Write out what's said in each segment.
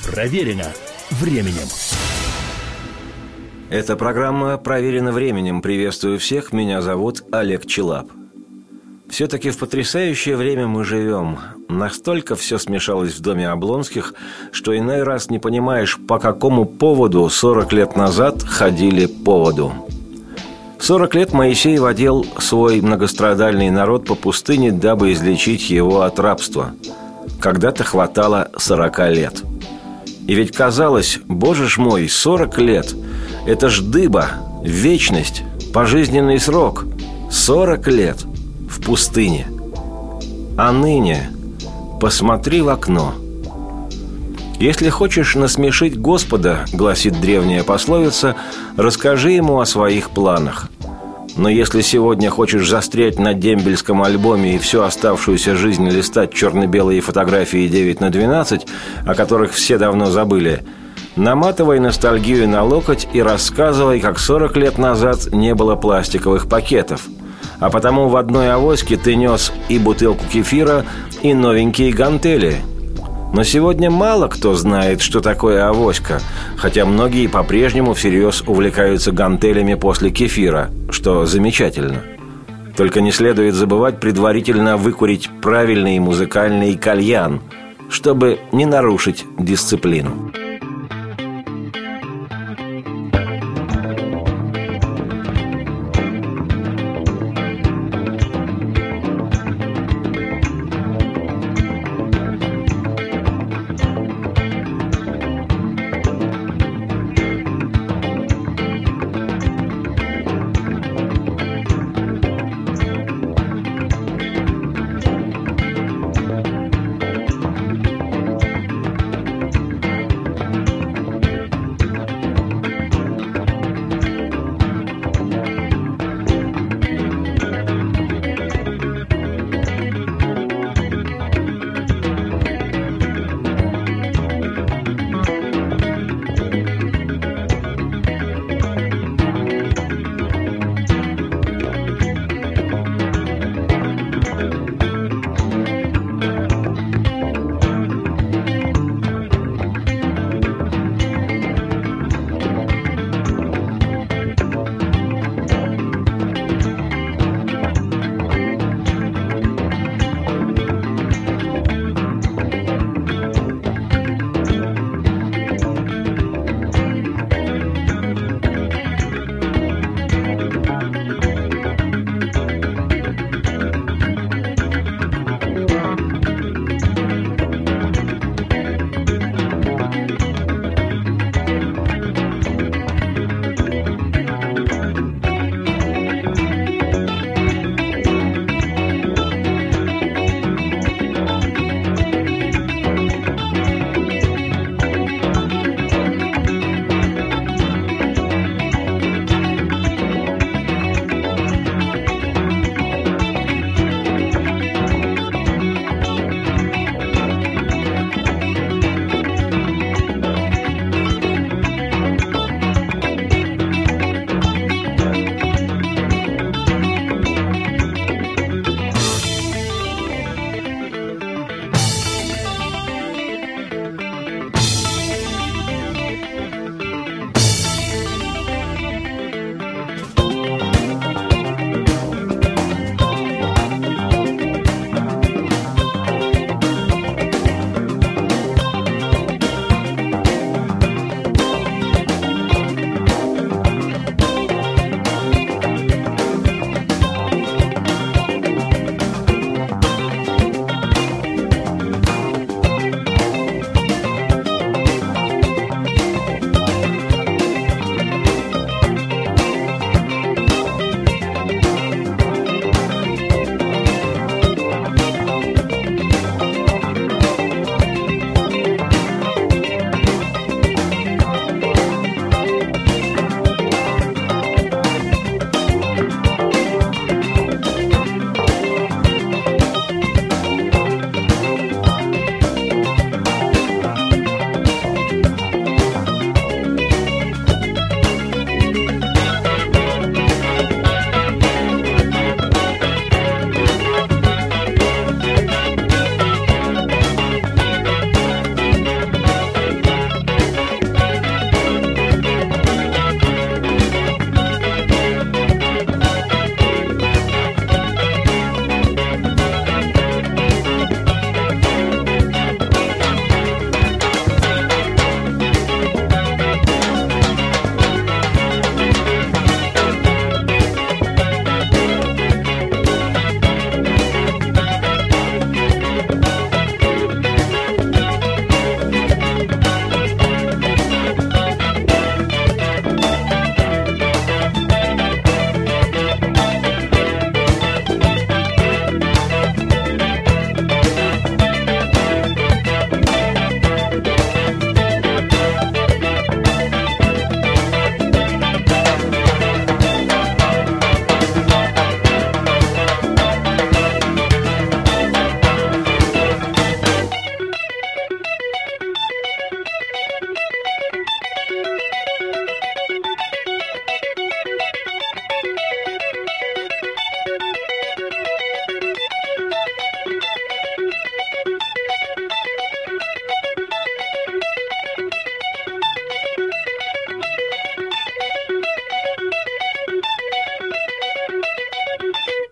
Проверено временем. Эта программа «Проверено временем». Приветствую всех, меня зовут Олег Челап. Все-таки в потрясающее время мы живем. Настолько все смешалось в доме Облонских, что иной раз не понимаешь, по какому поводу 40 лет назад ходили по воду. 40 лет Моисей водил свой многострадальный народ по пустыне, дабы излечить его от рабства. Когда-то хватало 40 лет. И ведь казалось, боже ж мой, 40 лет – это ж дыба, вечность, пожизненный срок. 40 лет в пустыне. А ныне посмотри в окно. Если хочешь насмешить Господа, гласит древняя пословица, расскажи ему о своих планах. Но если сегодня хочешь застрять на дембельском альбоме и всю оставшуюся жизнь листать черно-белые фотографии 9:12, о которых все давно забыли, наматывай ностальгию на локоть и рассказывай, как 40 лет назад не было пластиковых пакетов. А потому в одной авоське ты нес и бутылку кефира, и новенькие гантели. Но сегодня мало кто знает, что такое авоська, хотя многие по-прежнему всерьез увлекаются гантелями после кефира, что замечательно. Только не следует забывать предварительно выкурить правильный музыкальный кальян, чтобы не нарушить дисциплину.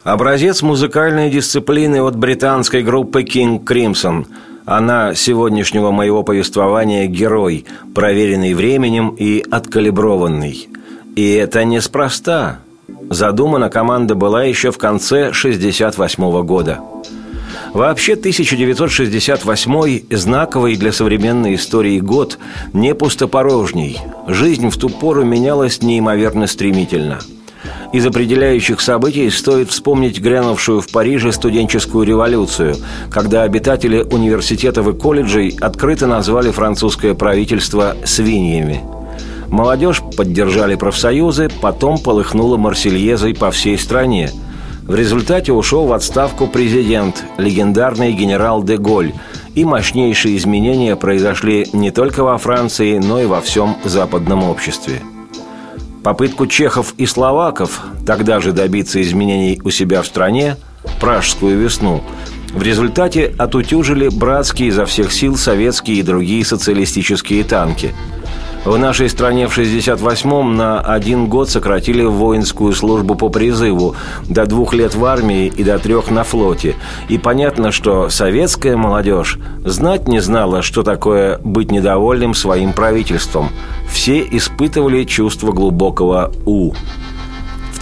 Образец музыкальной дисциплины от британской группы King Crimson. Она сегодняшнего моего повествования герой, проверенный временем и откалиброванный. И это неспроста. Задумана команда была еще в конце 1968 года. Вообще, 1968 – знаковый для современной истории год, не пустопорожний. Жизнь в ту пору менялась неимоверно стремительно. Из определяющих событий стоит вспомнить грянувшую в Париже студенческую революцию, когда обитатели университетов и колледжей открыто назвали французское правительство «свиньями». Молодежь поддержали профсоюзы, потом полыхнула Марсельезой по всей стране. В результате ушел в отставку президент, легендарный генерал де Голль, и мощнейшие изменения произошли не только во Франции, но и во всем западном обществе. Попытку чехов и словаков тогда же добиться изменений у себя в стране, Пражскую весну, в результате отутюжили братские изо всех сил советские и другие социалистические танки. В нашей стране в 1968-м на 1 год сократили воинскую службу по призыву, до 2 лет в армии и до 3 на флоте. И понятно, что советская молодежь знать не знала, что такое быть недовольным своим правительством. Все испытывали чувство глубокого «у». В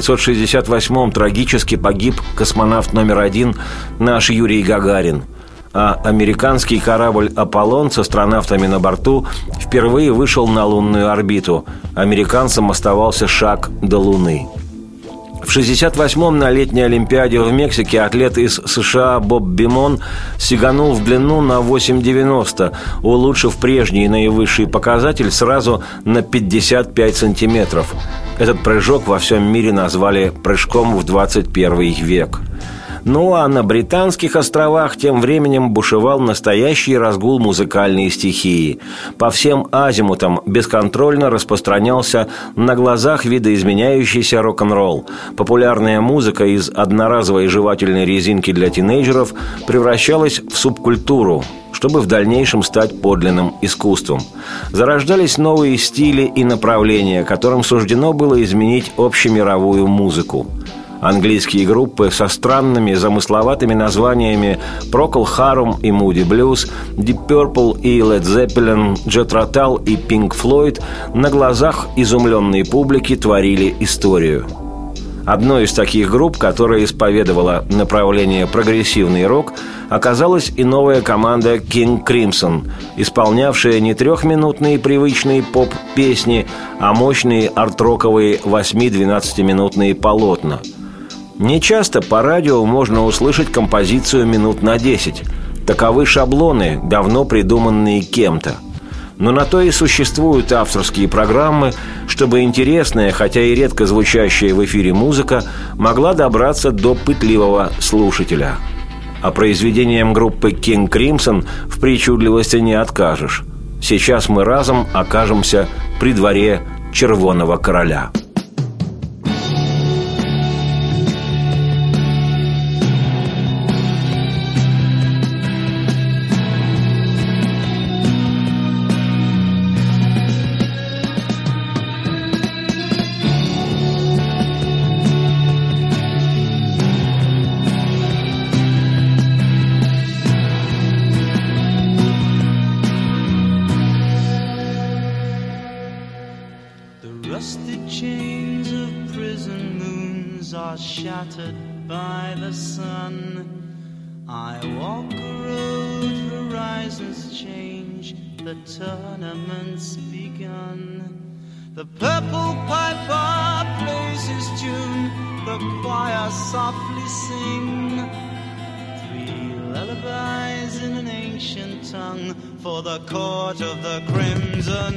1968-м трагически погиб космонавт номер 1 наш Юрий Гагарин. А американский корабль «Аполлон» с астронавтами на борту впервые вышел на лунную орбиту. Американцам оставался шаг до Луны. В 1968-м на летней Олимпиаде в Мексике атлет из США Боб Бимон сиганул в длину на 8,90, улучшив прежний наивысший показатель сразу на 55 сантиметров. Этот прыжок во всем мире назвали «прыжком в 21 век». Ну а на Британских островах тем временем бушевал настоящий разгул музыкальной стихии. По всем азимутам бесконтрольно распространялся на глазах видоизменяющийся рок-н-ролл. Популярная музыка из одноразовой жевательной резинки для тинейджеров превращалась в субкультуру, чтобы в дальнейшем стать подлинным искусством. Зарождались новые стили и направления, которым суждено было изменить общемировую музыку. Английские группы со странными, замысловатыми названиями Procol Harum и Moody Blues, Deep Purple и Led Zeppelin, Jethro Tull и Pink Floyd на глазах изумленной публики творили историю. Одной из таких групп, которая исповедовала направление прогрессивный рок, оказалась и новая команда King Crimson, исполнявшая не 3-минутные привычные поп-песни, а мощные арт-роковые 8-12-минутные полотна. Нечасто по радио можно услышать композицию минут на 10. Таковы шаблоны, давно придуманные кем-то. Но на то и существуют авторские программы, чтобы интересная, хотя и редко звучащая в эфире музыка могла добраться до пытливого слушателя. А произведениям группы King Crimson в причудливости не откажешь. Сейчас мы разом окажемся при дворе Червоного короля. Shattered by the sun, I walk a road, horizons change, the tournament's begun. The purple piper plays his tune, the choir softly sing 3 lullabies in an ancient tongue for the court of the crimson.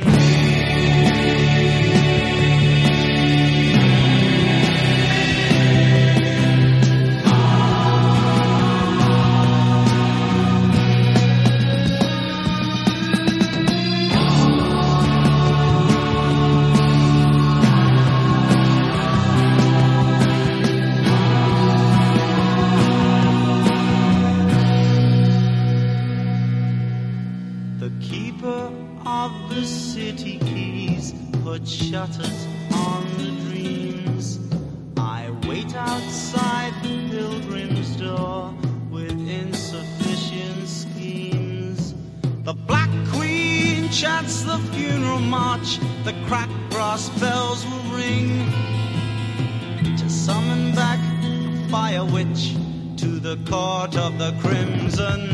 Shutters on the dreams. I wait outside chants the funeral march, the cracked brass bells will ring to summon back the fire witch to the court of the crimson.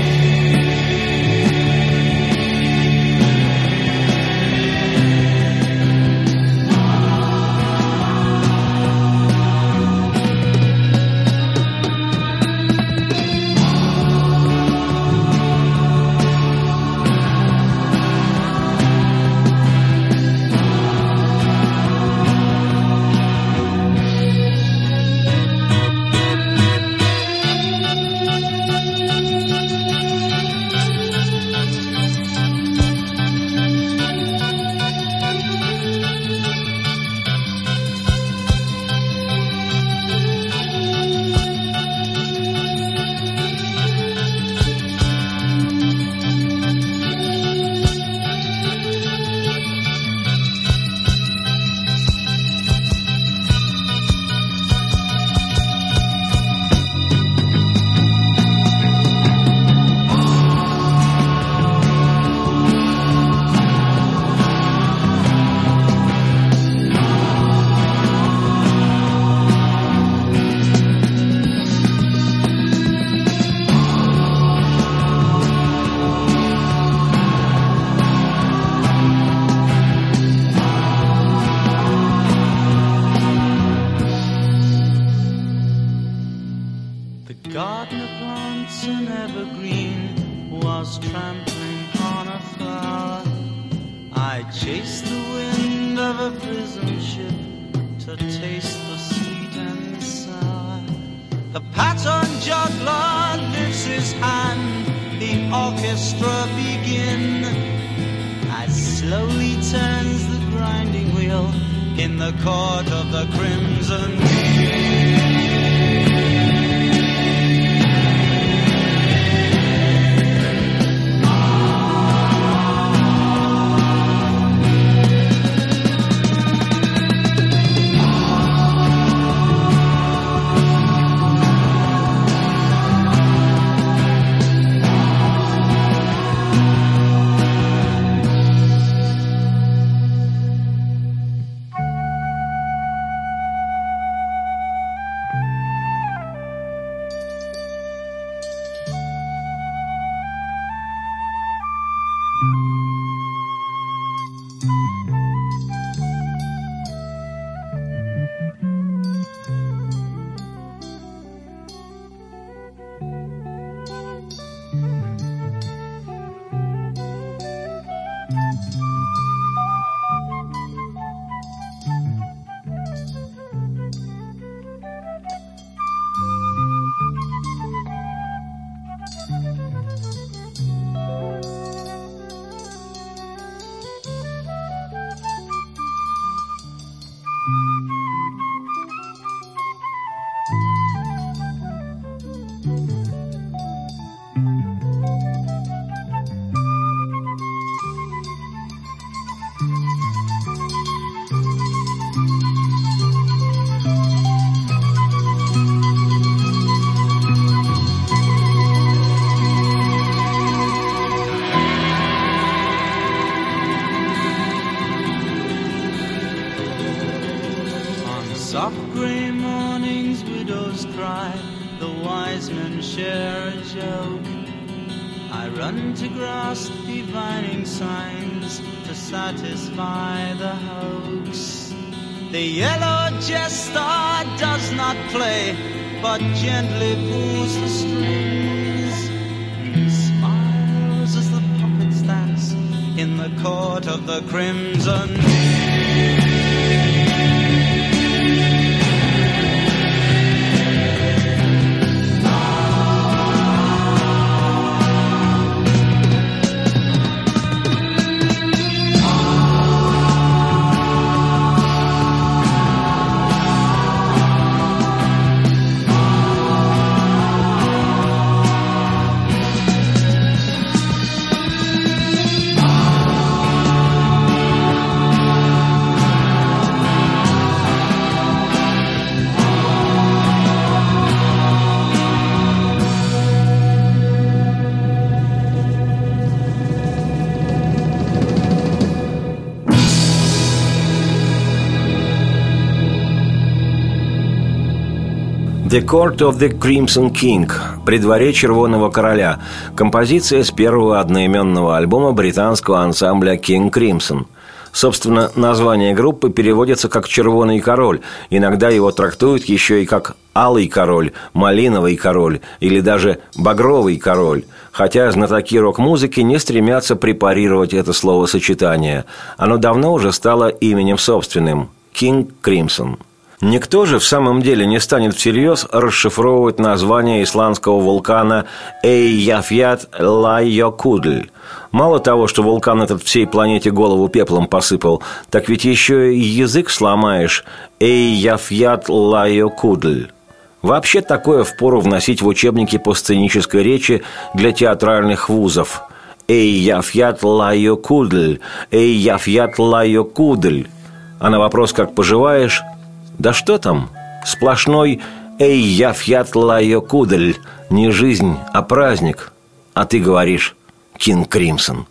Satisfy the hoax. The yellow jester does not play, but gently pulls the strings and smiles as the puppets dance in the court of the crimson. «The Court of the Crimson King» «При дворе Червоного короля» – композиция с первого одноименного альбома британского ансамбля King Crimson. Собственно, название группы переводится как «Червоный король». Иногда его трактуют еще и как «Алый король», «Малиновый король» или даже «Багровый король». Хотя знатоки рок-музыки не стремятся препарировать это словосочетание. Оно давно уже стало именем собственным – King Crimson. Никто же в самом деле не станет всерьез расшифровывать название исландского вулкана Эйяфьят-Лайокудль. Мало того, что вулкан этот всей планете голову пеплом посыпал, так ведь еще и язык сломаешь. Эйяфьят-Лайокудль. Вообще такое впору вносить в учебники по сценической речи для театральных вузов. Эйяфьят-Лайокудль, Эйяфьят-Лайокудль. А на вопрос «как поживаешь?» Да что там? Сплошной «Эйяфьят-Лайокудль». Не жизнь, а праздник. А ты говоришь «King Crimson».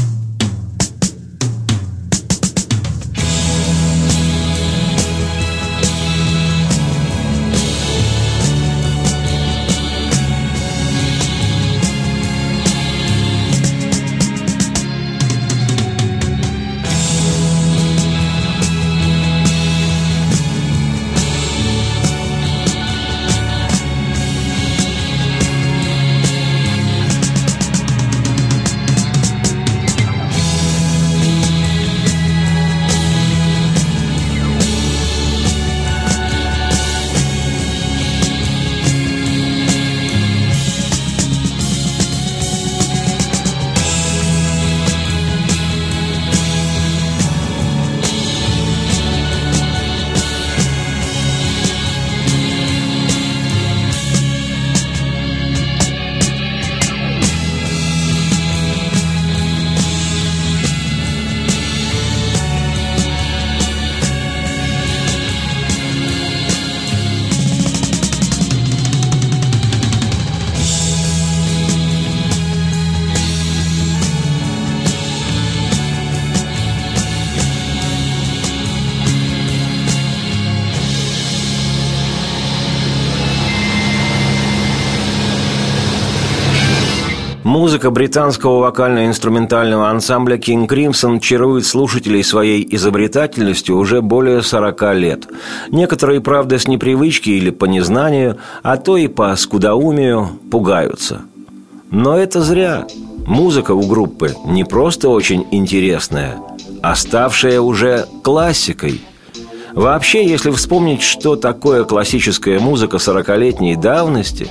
Музыка британского вокально-инструментального ансамбля King Crimson чарует слушателей своей изобретательностью уже более 40 лет. Некоторые, правда, с непривычки или по незнанию, а то и по скудоумию пугаются. Но это зря. Музыка у группы не просто очень интересная, а ставшая уже классикой. Вообще, если вспомнить, что такое классическая музыка 40-летней давности...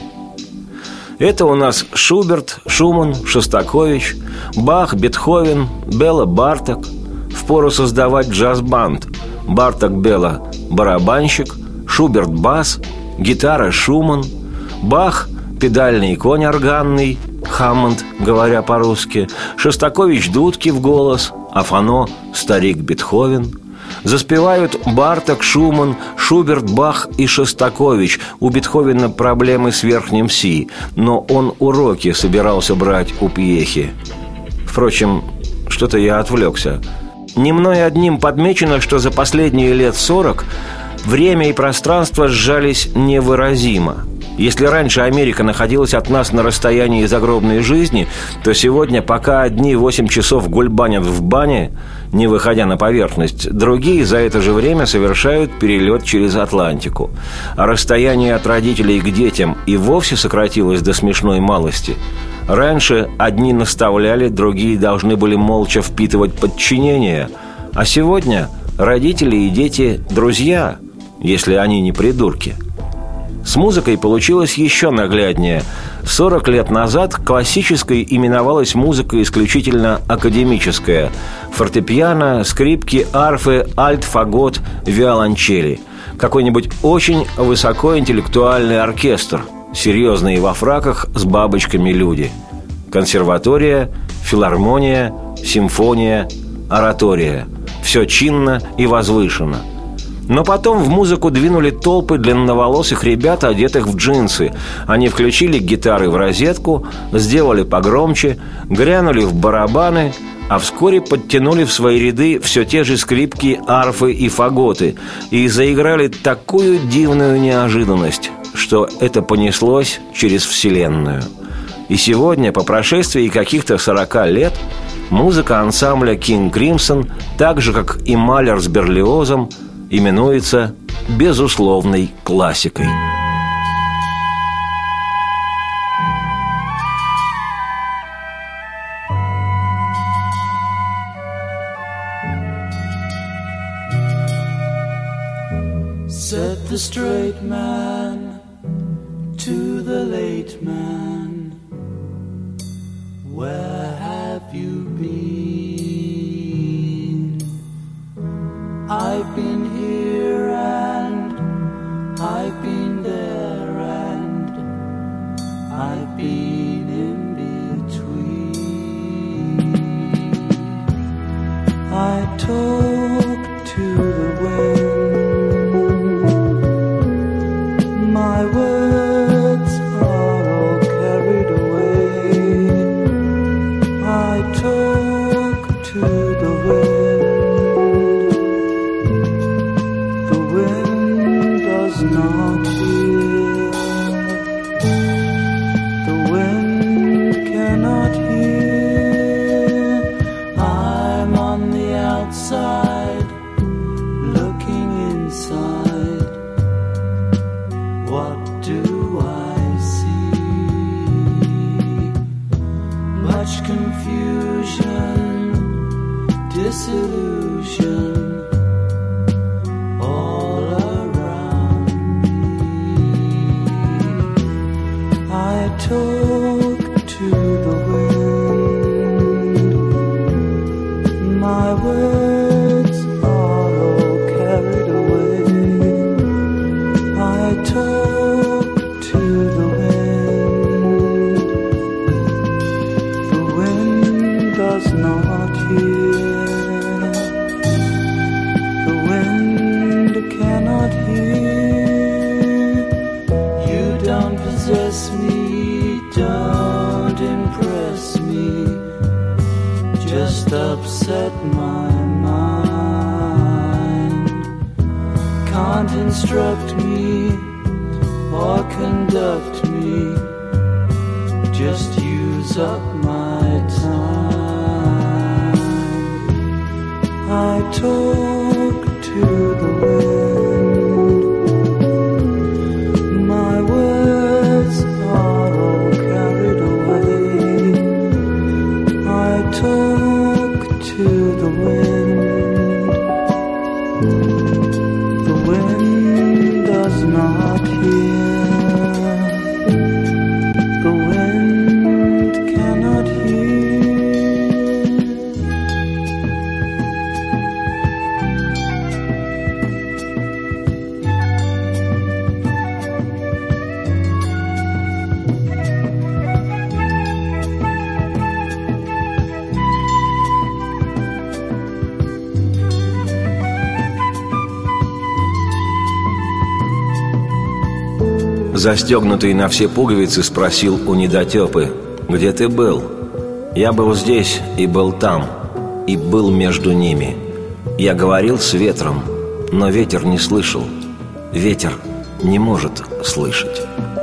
Это у нас Шуберт, Шуман, Шостакович, Бах, Бетховен, Бела Барток. Впору создавать джаз-банд. Барток Бела – барабанщик, Шуберт – бас, гитара – Шуман, Бах – педальный конь органный, Хаммонд, говоря по-русски, Шостакович – дудки в голос, а Фано – старик Бетховен. Заспевают Барток, Шуман, Шуберт, Бах и Шостакович. У Бетховена проблемы с верхним си, но он уроки собирался брать у Пьехи. Впрочем, что-то я отвлекся. Не мной одним подмечено, что за последние лет 40 время и пространство сжались невыразимо. Если раньше Америка находилась от нас на расстоянии загробной жизни, то сегодня, пока одни 8 часов гульбанят в бане, не выходя на поверхность, другие за это же время совершают перелет через Атлантику. А расстояние от родителей к детям и вовсе сократилось до смешной малости. Раньше одни наставляли, другие должны были молча впитывать подчинение. А сегодня родители и дети – друзья, если они не придурки. С музыкой получилось еще нагляднее. 40 лет назад классической именовалась музыка исключительно академическая. Фортепиано, скрипки, арфы, альт, фагот, виолончели. Какой-нибудь очень высокоинтеллектуальный оркестр. Серьезные во фраках с бабочками люди. Консерватория, филармония, симфония, оратория. Все чинно и возвышенно. Но потом в музыку двинули толпы длинноволосых ребят, одетых в джинсы. Они включили гитары в розетку, сделали погромче, грянули в барабаны, а вскоре подтянули в свои ряды все те же скрипки, арфы и фаготы и заиграли такую дивную неожиданность, что это понеслось через Вселенную. И сегодня, по прошествии каких-то 40 лет, музыка ансамбля King Crimson, так же, как и Малер с Берлиозом, именуется безусловной классикой. Said the straight man to the late man, where have you been? I've been here and I've been there and I've been in between. I talk to the wind, my words are all carried away. I talk to the wind does not hear. The wind cannot hear. I'm on the outside, looking inside. What do I see? Much confusion, disillusion all around me. I talk to the wind, my words are all carried away. I talk to the wind does not hear. The wind cannot hear. You don't possess me, don't impress me, just upset my mind. Can't instruct me or conduct me, just use up my time. I talk to the wind, my words are all carried away. I talk to the wind does not hear. The wind cannot hear. Застегнутый на все пуговицы, спросил у недотепы: «Где ты был?» «Я был здесь и был там, и был между ними. Я говорил с ветром, но ветер не слышал. Ветер не может слышать».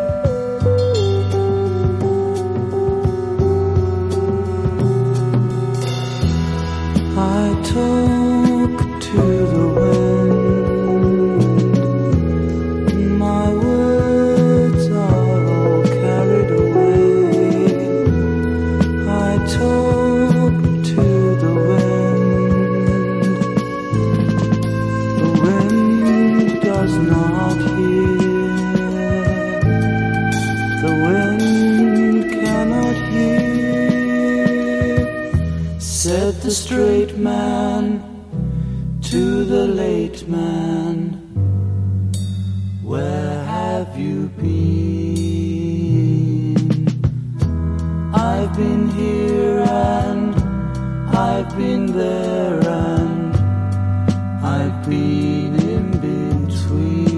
I talk to the wind, my words are all carried away. I talk to the wind does not hear. The wind cannot hear. Said the straight man to the late man, where have you been? I've been here and I've been there and I've been in between.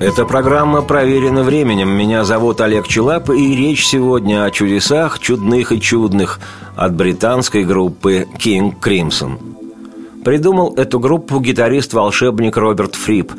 Эта программа проверена временем. Меня зовут Олег Челап, и речь сегодня о чудесах, чудных и чудных от британской группы King Crimson. Придумал эту группу гитарист-волшебник Роберт Фрип,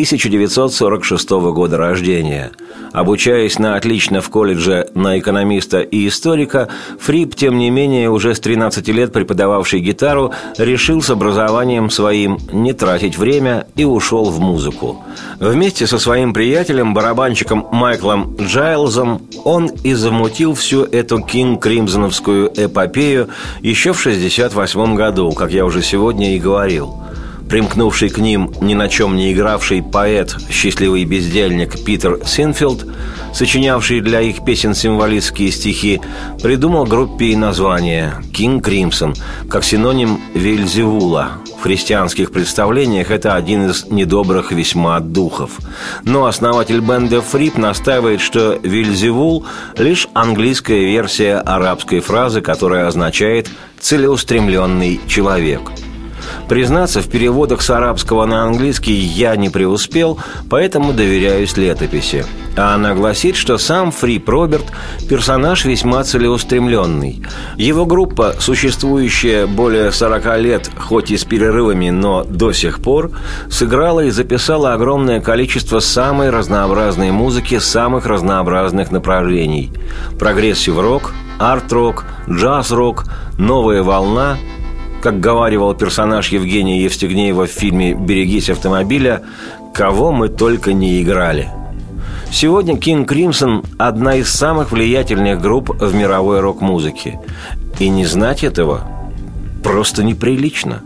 1946 года рождения. Обучаясь на отлично в колледже на экономиста и историка, Фрип, тем не менее, уже с 13 лет преподававший гитару, решил с образованием своим не тратить время и ушел в музыку. Вместе со своим приятелем, барабанщиком Майклом Джайлзом, он и замутил всю эту Кинг-Кримсоновскую эпопею еще в 1968 году, как я уже сегодня и говорил. Примкнувший к ним ни на чем не игравший поэт, счастливый бездельник Питер Синфилд, сочинявший для их песен символистские стихи, придумал группе и название «King Crimson» как синоним Вельзевула. В христианских представлениях это один из недобрых весьма духов. Но основатель бенда Фрип настаивает, что Вельзевул – лишь английская версия арабской фразы, которая означает «целеустремленный человек». Признаться, в переводах с арабского на английский я не преуспел, поэтому доверяюсь летописи. А она гласит, что сам Фрип Роберт – персонаж весьма целеустремленный. Его группа, существующая более 40 лет, хоть и с перерывами, но до сих пор, сыграла и записала огромное количество самой разнообразной музыки самых разнообразных направлений. Прогрессив-рок, арт-рок, джаз-рок, новая волна – как говаривал персонаж Евгения Евстигнеева в фильме «Берегись автомобиля», кого мы только не играли. Сегодня King Crimson – одна из самых влиятельных групп в мировой рок-музыке. И не знать этого просто неприлично.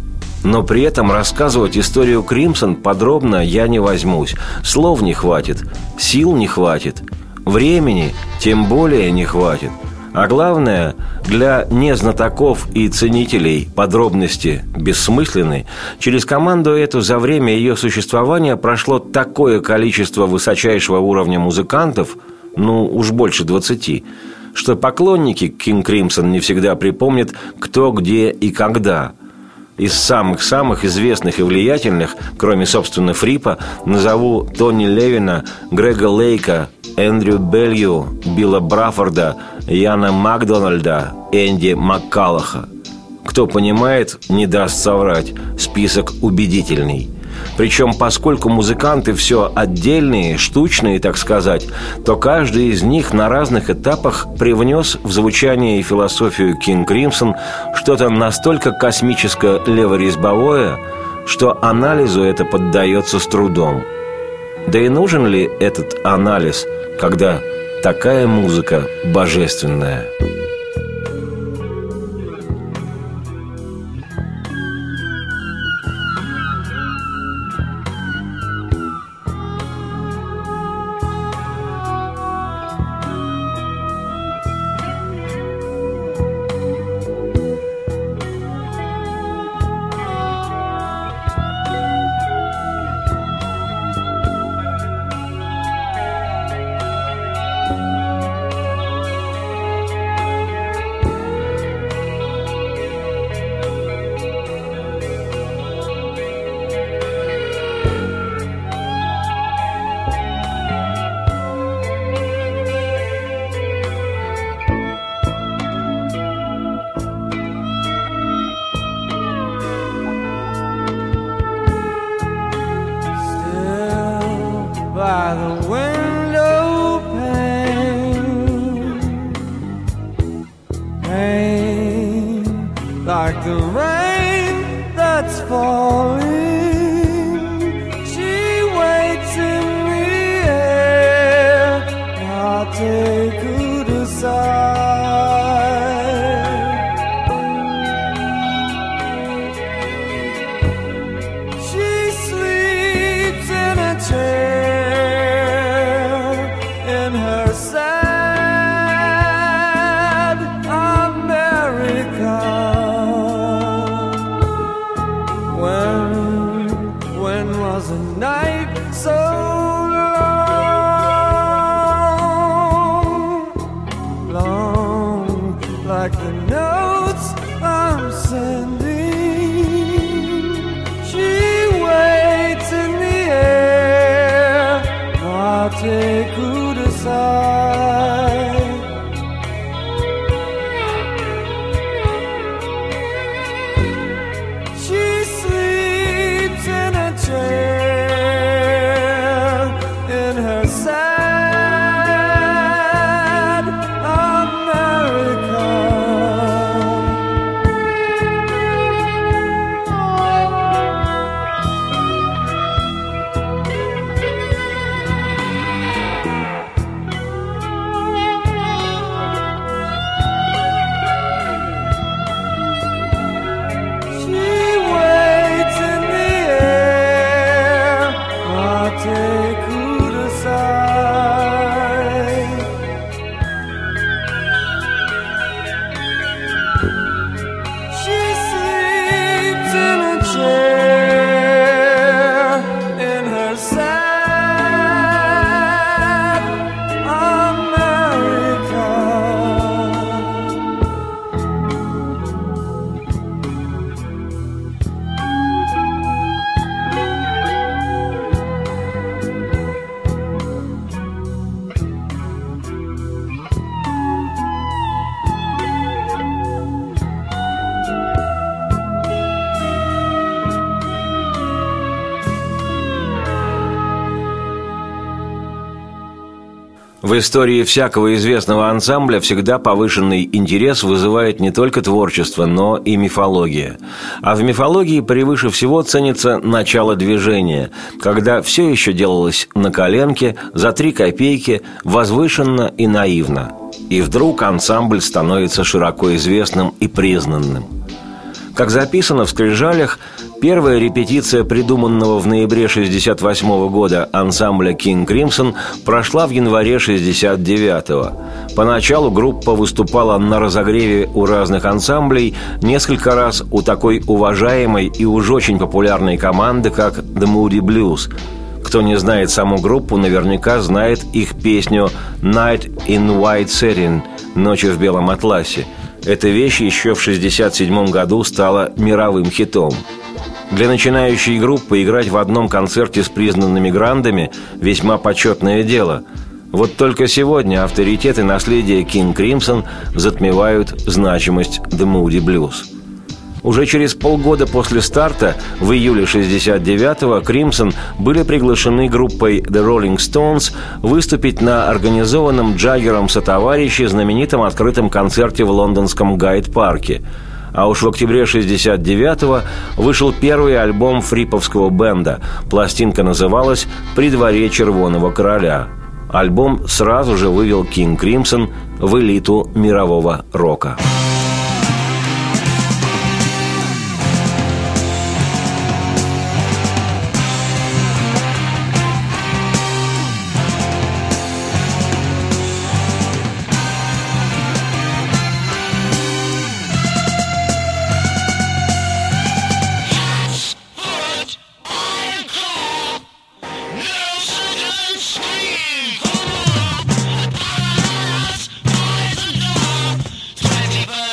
Но при этом рассказывать историю Crimson подробно я не возьмусь. Слов не хватит, сил не хватит, времени тем более не хватит. А главное, для незнатоков и ценителей подробности бессмысленны. Через команду эту за время ее существования прошло такое количество высочайшего уровня музыкантов, уж больше 20, что поклонники King Crimson не всегда припомнят, кто, где и когда. Из самых-самых известных и влиятельных, кроме, собственно, Фрипа, назову Тони Левина, Грега Лейка, Эндрю Белью, Билла Браффорда, Яна Макдональда, Энди Маккаллаха. Кто понимает, не даст соврать. Список убедительный. Причем, поскольку музыканты все отдельные, штучные, так сказать, то каждый из них на разных этапах привнес в звучание и философию King Crimson что-то настолько космическо-леворезьбовое, что анализу это поддается с трудом. Да и нужен ли этот анализ, когда такая музыка божественная? By the window pane, pain like the rain that's falling. She waits in the air, I'll take her to side. She sleeps in a chair in her sad America. When was a night so long, like the notes I'm sending? She waits in the air, mate kudasai. She sleeps in a chair in her sad America. В истории всякого известного ансамбля всегда повышенный интерес вызывает не только творчество, но и мифология. А в мифологии превыше всего ценится начало движения, когда все еще делалось на коленке, за 3 копейки, возвышенно и наивно. И вдруг ансамбль становится широко известным и признанным. Как записано в «Скрижалях», первая репетиция придуманного в ноябре 1968 года ансамбля King Crimson прошла в январе 1969. Поначалу группа выступала на разогреве у разных ансамблей, несколько раз у такой уважаемой и уж очень популярной команды, как The Moody Blues. Кто не знает саму группу, наверняка знает их песню «Night in White Satin» – «Ночи в белом атласе». Эта вещь еще в 1967 году стала мировым хитом. Для начинающей группы играть в одном концерте с признанными грандами – весьма почетное дело. Вот только сегодня авторитет и наследие King Crimson затмевают значимость The Moody Blues. Уже через полгода после старта, в июле 1969-го, Crimson были приглашены группой The Rolling Stones выступить на организованном Джаггером сотоварищи знаменитом открытом концерте в лондонском Гайд-парке. А уж в октябре 1969-го вышел первый альбом фриповского бенда. Пластинка называлась «При дворе Червоного короля». Альбом сразу же вывел King Crimson в элиту мирового рока. People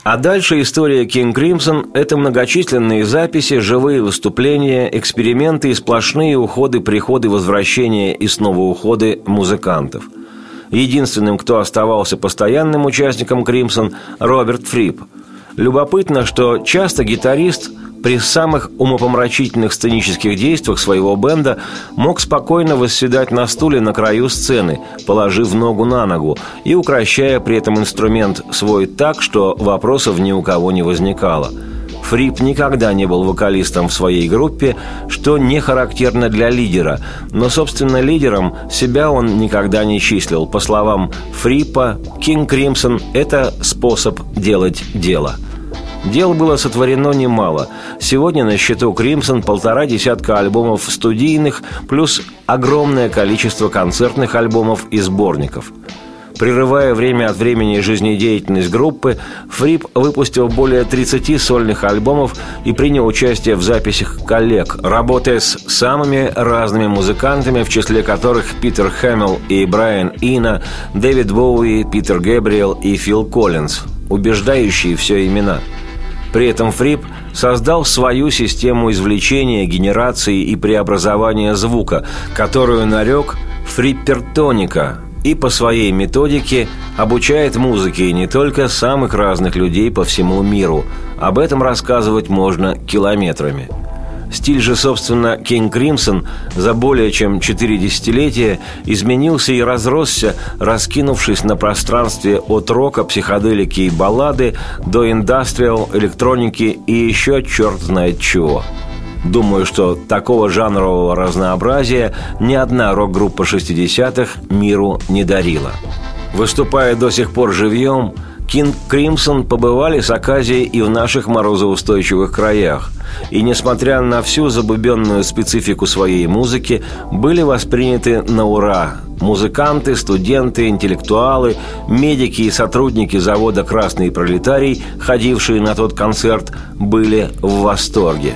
А дальше история King Crimson – это многочисленные записи, живые выступления, эксперименты и сплошные уходы, приходы, возвращения и снова уходы музыкантов. Единственным, кто оставался постоянным участником Crimson – Роберт Фрип. Любопытно, что часто гитарист при самых умопомрачительных сценических действиях своего бенда мог спокойно восседать на стуле на краю сцены, положив ногу на ногу и укращая при этом инструмент свой так, что вопросов ни у кого не возникало. Фрип никогда не был вокалистом в своей группе, что не характерно для лидера, но, собственно, лидером себя он никогда не числил. По словам Фрипа, King Crimson – это способ делать дело. Дел было сотворено немало. Сегодня на счету Crimson 1,5 десятка альбомов студийных, плюс огромное количество концертных альбомов и сборников. Прерывая время от времени жизнедеятельность группы, Фрип выпустил более 30 сольных альбомов и принял участие в записях коллег, работая с самыми разными музыкантами, в числе которых Питер Хэмилл и Брайан Ино, Дэвид Боуи, Питер Гэбриэл и Фил Коллинз, убеждающие все имена. При этом Фрип создал свою систему извлечения, генерации и преобразования звука, которую нарек «фриппертоника», и по своей методике обучает музыке не только самых разных людей по всему миру. Об этом рассказывать можно километрами. Стиль же, собственно, King Crimson за более чем 4 десятилетия изменился и разросся, раскинувшись на пространстве от рока, психоделики и баллады до индастриал, электроники и еще черт знает чего. Думаю, что такого жанрового разнообразия ни одна рок-группа 60-х миру не дарила. Выступая до сих пор живьем, King Crimson побывали с оказией и в наших морозоустойчивых краях. И, несмотря на всю забубенную специфику своей музыки, были восприняты на ура. Музыканты, студенты, интеллектуалы, медики и сотрудники завода «Красный пролетарий», ходившие на тот концерт, были в восторге.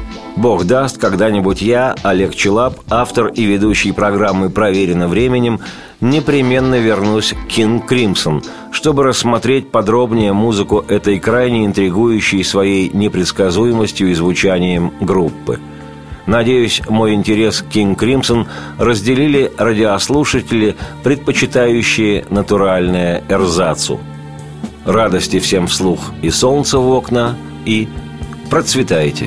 Бог даст, когда-нибудь я, Олег Челап, автор и ведущий программы «Проверено временем», непременно вернусь к King Crimson, чтобы рассмотреть подробнее музыку этой крайне интригующей своей непредсказуемостью и звучанием группы. Надеюсь, мой интерес к King Crimson разделили радиослушатели, предпочитающие натуральное эрзацу. Радости всем вслух и солнца в окна, и процветайте!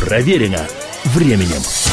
Проверено временем.